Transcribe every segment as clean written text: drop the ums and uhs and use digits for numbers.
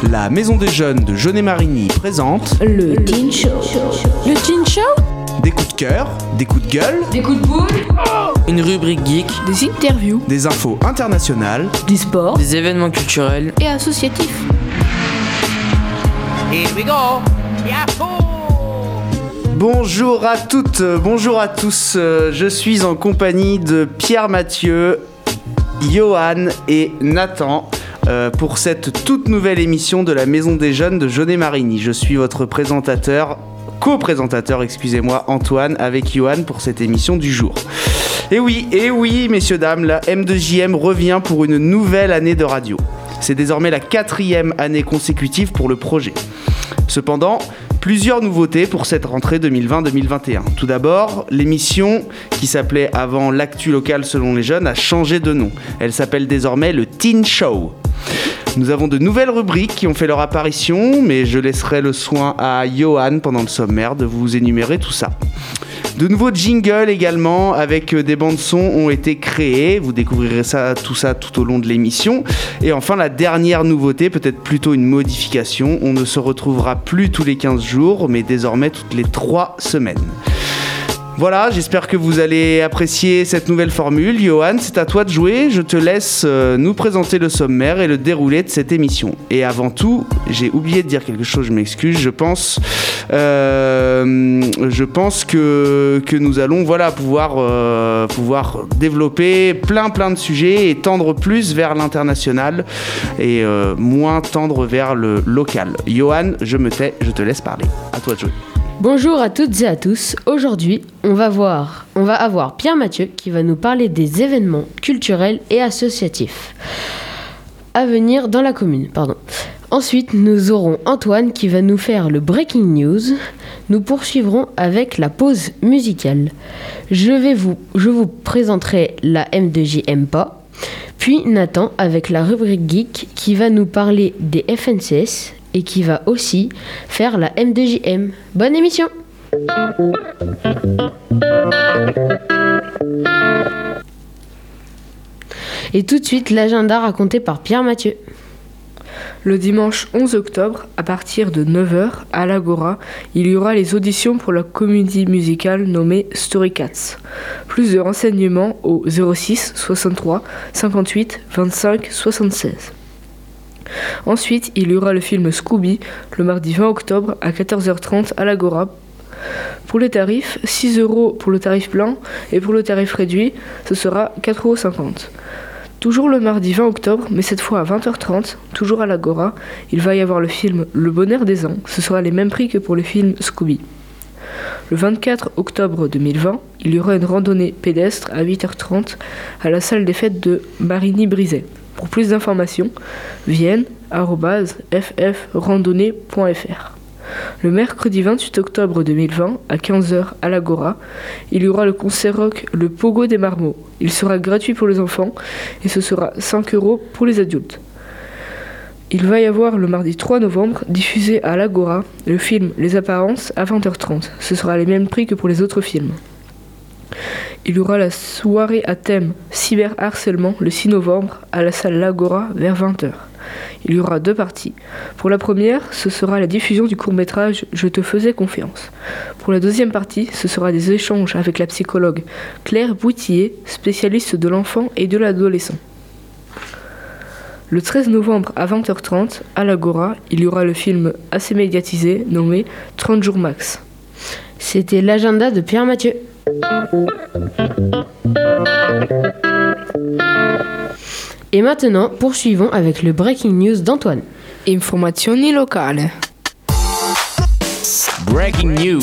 La Maison des Jeunes de Jaunet-Marigny présente le Teen Show. Le Teen Show ? Des coups de cœur, des coups de gueule, des coups de boule, une rubrique geek, des interviews, des infos internationales, du sport, des événements culturels et associatifs. Here we go. Yahoo! Bonjour à toutes, bonjour à tous, je suis en compagnie de Pierre Mathieu, Johan et Nathan pour cette toute nouvelle émission de la Maison des Jeunes de Jaunet-Marigny. Je suis votre co-présentateur, Antoine, avec Johan pour cette émission du jour. Et oui, messieurs, dames, la M2JM revient pour une nouvelle année de radio. C'est désormais la 4e année consécutive pour le projet. Cependant, plusieurs nouveautés pour cette rentrée 2020-2021. Tout d'abord, l'émission, qui s'appelait avant l'Actu locale selon les jeunes, a changé de nom. Elle s'appelle désormais le Teen Show. Nous avons de nouvelles rubriques qui ont fait leur apparition, mais je laisserai le soin à Johan pendant le sommaire de vous énumérer tout ça. De nouveaux jingles également avec des bandes-sons ont été créés. Vous découvrirez tout ça tout au long de l'émission. Et enfin, la dernière nouveauté, peut-être plutôt une modification. On ne se retrouvera plus tous les 15 jours, mais désormais toutes les 3 semaines. Voilà, j'espère que vous allez apprécier cette nouvelle formule. Johan, c'est à toi de jouer. Je te laisse nous présenter le sommaire et le déroulé de cette émission. Et avant tout, j'ai oublié de dire quelque chose, je m'excuse. Je pense que nous allons pouvoir développer plein de sujets et tendre plus vers l'international et moins tendre vers le local. Johan, je me tais, je te laisse parler. À toi de jouer. Bonjour à toutes et à tous. Aujourd'hui, on va avoir Pierre Mathieu qui va nous parler des événements culturels et associatifs à venir dans la commune. Ensuite, nous aurons Antoine qui va nous faire le Breaking News. Nous poursuivrons avec la pause musicale. Je vous présenterai la M2JM pas. Puis Nathan avec la rubrique Geek qui va nous parler des FNCS et qui va aussi faire la M2JM. Bonne émission! Et tout de suite, l'agenda raconté par Pierre Mathieu. Le dimanche 11 octobre, à partir de 9h, à l'Agora, il y aura les auditions pour la comédie musicale nommée Story Cats. Plus de renseignements au 06 63 58 25 76. Ensuite, il y aura le film Scooby, le mardi 20 octobre à 14h30 à l'Agora. Pour les tarifs, 6 € pour le tarif plein et pour le tarif réduit, ce sera 4,50 €. Toujours le mardi 20 octobre, mais cette fois à 20h30, toujours à l'Agora, il va y avoir le film Le Bonheur des Ans. Ce sera les mêmes prix que pour le film Scooby. Le 24 octobre 2020, il y aura une randonnée pédestre à 8h30 à la salle des fêtes de Marigny-Brizay. Pour plus d'informations, vienne@ffrandonnée.fr. Le mercredi 28 octobre 2020, à 15h à l'Agora, il y aura le concert rock Le Pogo des Marmots. Il sera gratuit pour les enfants et ce sera 5 € pour les adultes. Il va y avoir le mardi 3 novembre, diffusé à l'Agora, le film Les Apparences à 20h30. Ce sera les mêmes prix que pour les autres films. Il y aura la soirée à thème cyberharcèlement le 6 novembre à la salle L'Agora vers 20h. Il y aura 2 parties. Pour la première, ce sera la diffusion du court-métrage Je te faisais confiance. Pour la deuxième partie, ce sera des échanges avec la psychologue Claire Boutillier, spécialiste de l'enfant et de l'adolescent. Le 13 novembre à 20h30, à l'Agora, il y aura le film assez médiatisé nommé 30 jours max. C'était l'agenda de Pierre Mathieu. Et maintenant, poursuivons avec le Breaking News d'Antoine. Informazioni locali. Breaking News.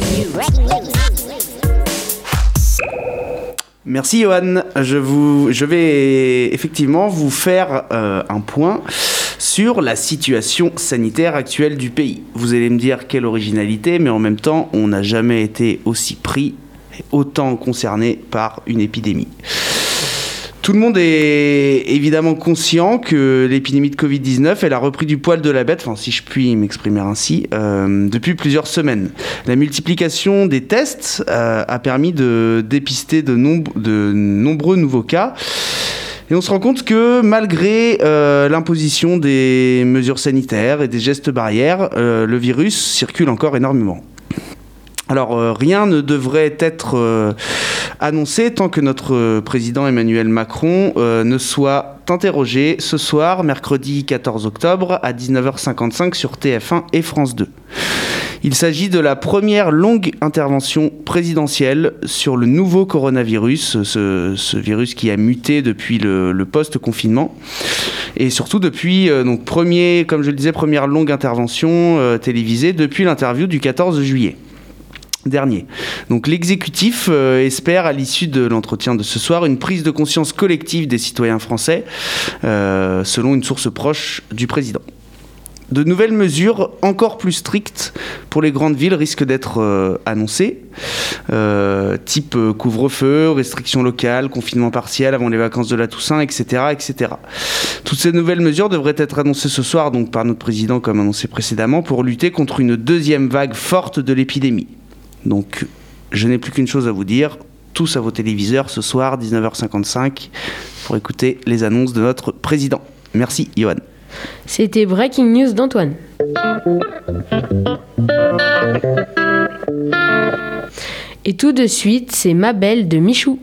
Merci Johan. Je vais effectivement vous faire un point sur la situation sanitaire actuelle du pays. Vous allez me dire quelle originalité, mais en même temps, on n'a jamais été aussi pris, autant concerné par une épidémie. Tout le monde est évidemment conscient que l'épidémie de Covid-19, elle a repris du poil de la bête, enfin si je puis m'exprimer ainsi, depuis plusieurs semaines. La multiplication des tests a permis de dépister de nombreux nouveaux cas. Et on se rend compte que malgré l'imposition des mesures sanitaires et des gestes barrières, le virus circule encore énormément. Alors, rien ne devrait être annoncé tant que notre président Emmanuel Macron ne soit interrogé ce soir, mercredi 14 octobre, à 19h55 sur TF1 et France 2. Il s'agit de la première longue intervention présidentielle sur le nouveau coronavirus, ce virus qui a muté depuis le post-confinement. Et surtout depuis, comme je le disais, première longue intervention télévisée depuis l'interview du 14 juillet. Dernier. Donc l'exécutif espère, à l'issue de l'entretien de ce soir, une prise de conscience collective des citoyens français, selon une source proche du président. De nouvelles mesures encore plus strictes pour les grandes villes risquent d'être annoncées, type couvre-feu, restrictions locales, confinement partiel avant les vacances de la Toussaint, etc., etc. Toutes ces nouvelles mesures devraient être annoncées ce soir donc, par notre président, comme annoncé précédemment, pour lutter contre une deuxième vague forte de l'épidémie. Donc, je n'ai plus qu'une chose à vous dire. Tous à vos téléviseurs ce soir, 19h55, pour écouter les annonces de notre président. Merci, Johan. C'était Breaking News d'Antoine. Et tout de suite, c'est Ma Belle de Michou.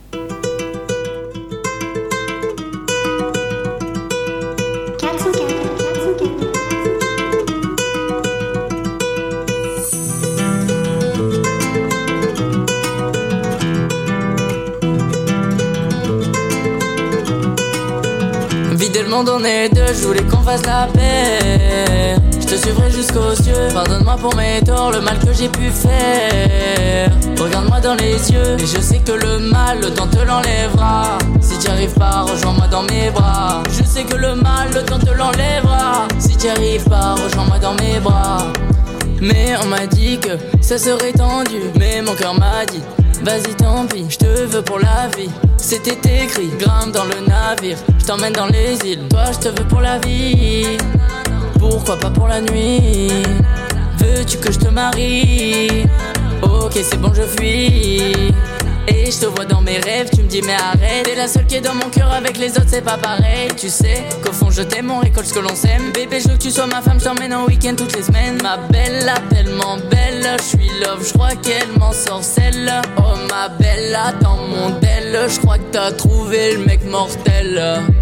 Le monde on est deux, je voulais qu'on fasse la paix. Je te suivrai jusqu'aux cieux. Pardonne-moi pour mes torts, le mal que j'ai pu faire. Regarde-moi dans les yeux, et je sais que le mal, le temps te l'enlèvera. Si t'y arrives pas, rejoins-moi dans mes bras. Je sais que le mal, le temps te l'enlèvera. Si t'y arrives pas, rejoins-moi dans mes bras. Mais on m'a dit que ça serait tendu. Mais mon cœur m'a dit, vas-y tant pis, je te veux pour la vie. C'était écrit, grimpe dans le navire, je t'emmène dans les îles. Toi je te veux pour la vie, pourquoi pas pour la nuit. Veux-tu que je te marie? Ok c'est bon je fuis. Et je te vois dans mes rêves, tu me dis mais arrête. T'es la seule qui est dans mon cœur, avec les autres c'est pas pareil. Tu sais qu'au fond je t'aime, on récolte ce que l'on sème. Bébé je veux que tu sois ma femme, je t'emmène en week-end toutes les semaines. Ma belle, là, tellement belle, je suis love, je crois qu'elle m'en sorcelle. Oh ma belle, là dans mon del, je crois que t'as trouvé le mec mortel.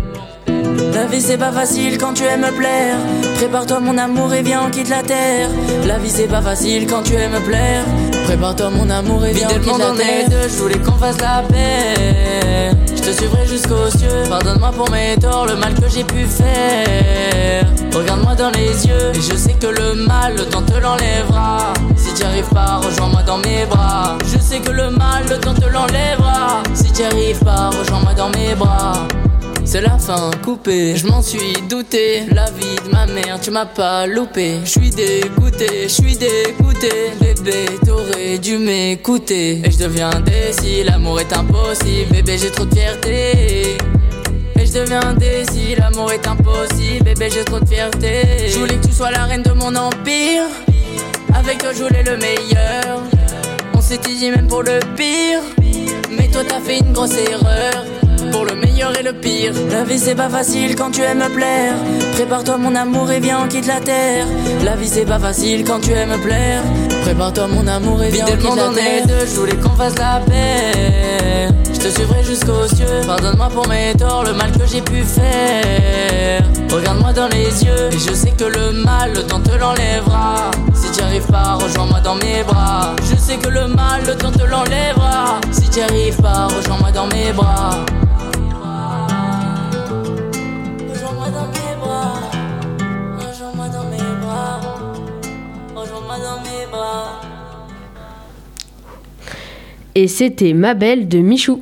La vie c'est pas facile quand tu aimes me plaire. Prépare-toi mon amour et viens on quitte la terre. La vie c'est pas facile quand tu aimes me plaire. Prépare-toi mon amour et viens on quitte la terre. Deux, je voulais qu'on fasse la paix. Je te suivrai jusqu'aux cieux. Pardonne-moi pour mes torts, le mal que j'ai pu faire. Regarde-moi dans les yeux, et je sais que le mal, le temps te l'enlèvera. Si t'y arrives pas, rejoins-moi dans mes bras. Je sais que le mal, le temps te l'enlèvera. Si t'y arrives pas, rejoins-moi dans mes bras. C'est la fin coupée, je m'en suis douté. La vie de ma mère, tu m'as pas loupé. Je suis dégoûté, bébé, t'aurais dû m'écouter. Et je deviens indécis, l'amour est impossible. Bébé, j'ai trop de fierté. Et je deviens indécis, l'amour est impossible. Bébé, j'ai trop de fierté. Je voulais que tu sois la reine de mon empire. Avec toi, je voulais le meilleur. On s'était dit même pour le pire. Mais toi, t'as fait une grosse erreur. Pour le meilleur et le pire. La vie c'est pas facile quand tu aimes me plaire. Prépare-toi mon amour et viens on quitte la terre. La vie c'est pas facile quand tu aimes me plaire. Prépare-toi mon amour et viens on quitte la terre. Deux, je voulais qu'on fasse la paix. Je te suivrai jusqu'aux cieux. Pardonne-moi pour mes torts, le mal que j'ai pu faire. Regarde-moi dans les yeux, et je sais que le mal, le temps te l'enlèvera. Si t'y arrives pas, rejoins-moi dans mes bras. Je sais que le mal, le temps te l'enlèvera. Si t'y arrives pas, rejoins-moi dans mes bras. Rejoins-moi dans mes bras. Rejoins-moi dans mes bras. Rejoins-moi dans mes bras. Et c'était Ma Belle de Michou.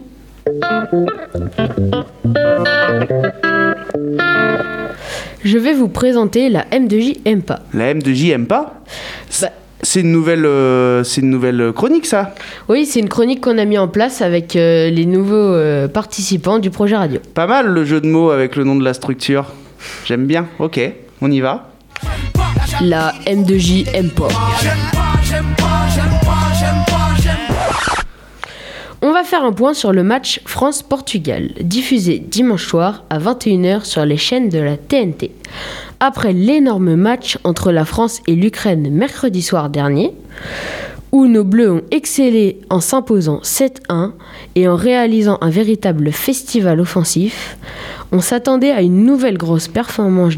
Je vais vous présenter la M2J aime pas. La M2J aime pas ? C'est une nouvelle chronique, ça ? Oui, c'est une chronique qu'on a mis en place avec les nouveaux participants du projet radio. Pas mal le jeu de mots avec le nom de la structure. J'aime bien. Ok, on y va. La M2J aime pas. On va faire un point sur le match France-Portugal, diffusé dimanche soir à 21h sur les chaînes de la TNT. Après l'énorme match entre la France et l'Ukraine mercredi soir dernier, où nos Bleus ont excellé en s'imposant 7-1 et en réalisant un véritable festival offensif, on s'attendait à une nouvelle grosse performance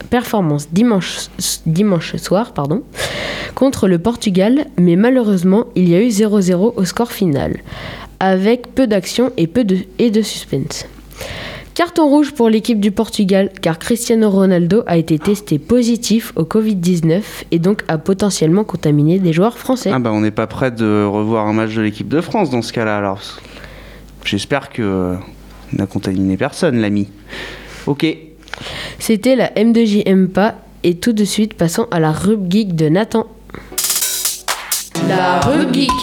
dimanche soir contre le Portugal, mais malheureusement, il y a eu 0-0 au score final, avec peu d'action et de suspense. Carton rouge pour l'équipe du Portugal, car Cristiano Ronaldo a été testé positif au Covid-19 et donc a potentiellement contaminé des joueurs français. Ah bah on n'est pas prêt de revoir un match de l'équipe de France dans ce cas-là, alors. J'espère que n'a contaminé personne, l'ami. Ok. C'était la M2J pas et tout de suite passons à la Rub Geek de Nathan. La Rub Geek.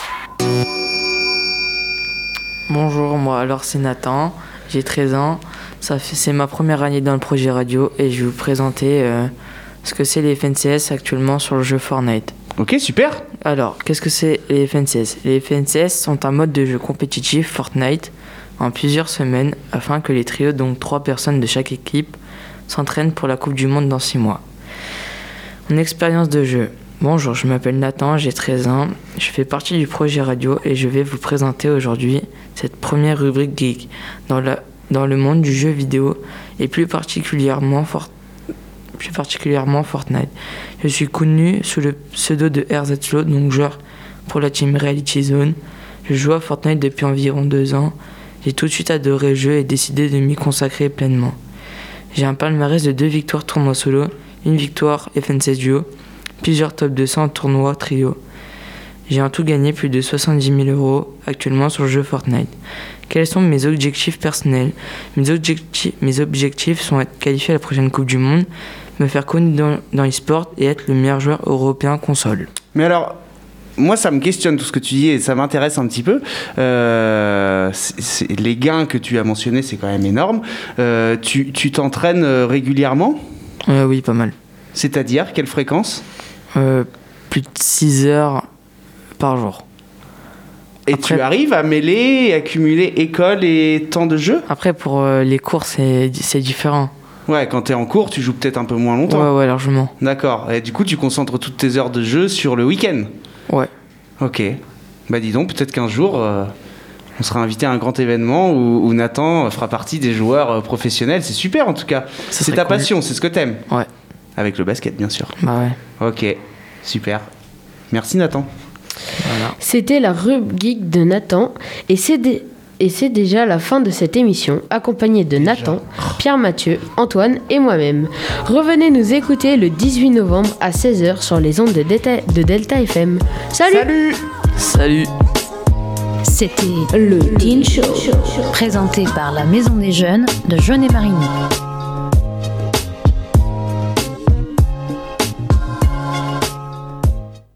Bonjour, moi alors c'est Nathan, j'ai 13 ans, c'est ma première année dans le projet radio et je vais vous présenter ce que c'est les FNCS actuellement sur le jeu Fortnite. Ok, super. Alors, qu'est-ce que c'est les FNCS ? Les FNCS sont un mode de jeu compétitif Fortnite en plusieurs semaines afin que les trios, donc 3 personnes de chaque équipe, s'entraînent pour la Coupe du Monde dans 6 mois. Mon expérience de jeu. Bonjour, je m'appelle Nathan, j'ai 13 ans, je fais partie du projet radio et je vais vous présenter aujourd'hui cette première rubrique geek dans le monde du jeu vidéo et plus particulièrement Fortnite. Je suis connu sous le pseudo de RZLO, donc joueur pour la team Reality Zone. Je joue à Fortnite depuis environ 2 ans. J'ai tout de suite adoré le jeu et décidé de m'y consacrer pleinement. J'ai un palmarès de 2 victoires tournoi solo, 1 victoire FNCS duo, plusieurs top 200 tournois trio. J'ai en tout gagné plus de 70 000 € actuellement sur le jeu Fortnite. Quels sont mes objectifs personnels ? Mes objectifs sont être qualifié à la prochaine Coupe du Monde, me faire connaître dans l'e-sport et être le meilleur joueur européen console. Mais alors, moi ça me questionne tout ce que tu dis et ça m'intéresse un petit peu. Les gains que tu as mentionnés, c'est quand même énorme. Tu t'entraînes régulièrement ? Oui, pas mal. C'est-à-dire, quelle fréquence ? Plus de 6 heures par jour. Et après, tu arrives à mêler et accumuler école et temps de jeu ? Après, pour les cours, c'est différent. Ouais, quand t'es en cours, tu joues peut-être un peu moins longtemps. Ouais, largement. D'accord. Et du coup, tu concentres toutes tes heures de jeu sur le week-end ? Ouais. Ok. Bah dis donc, peut-être qu'un jour, on sera invité à un grand événement où Nathan fera partie des joueurs professionnels. C'est super en tout cas. C'est ta passion, c'est ce que t'aimes ? Ouais. Avec le basket, bien sûr. Bah ouais. Ok, super. Merci Nathan. Voilà. C'était la Rub Geek de Nathan et c'est déjà la fin de cette émission, accompagnée de Nathan, Pierre-Mathieu, Antoine et moi-même. Revenez nous écouter le 18 novembre à 16h sur les ondes de Delta FM. Salut. C'était le Teen Show, présenté par la Maison des Jeunes de Jeunet-Marigny.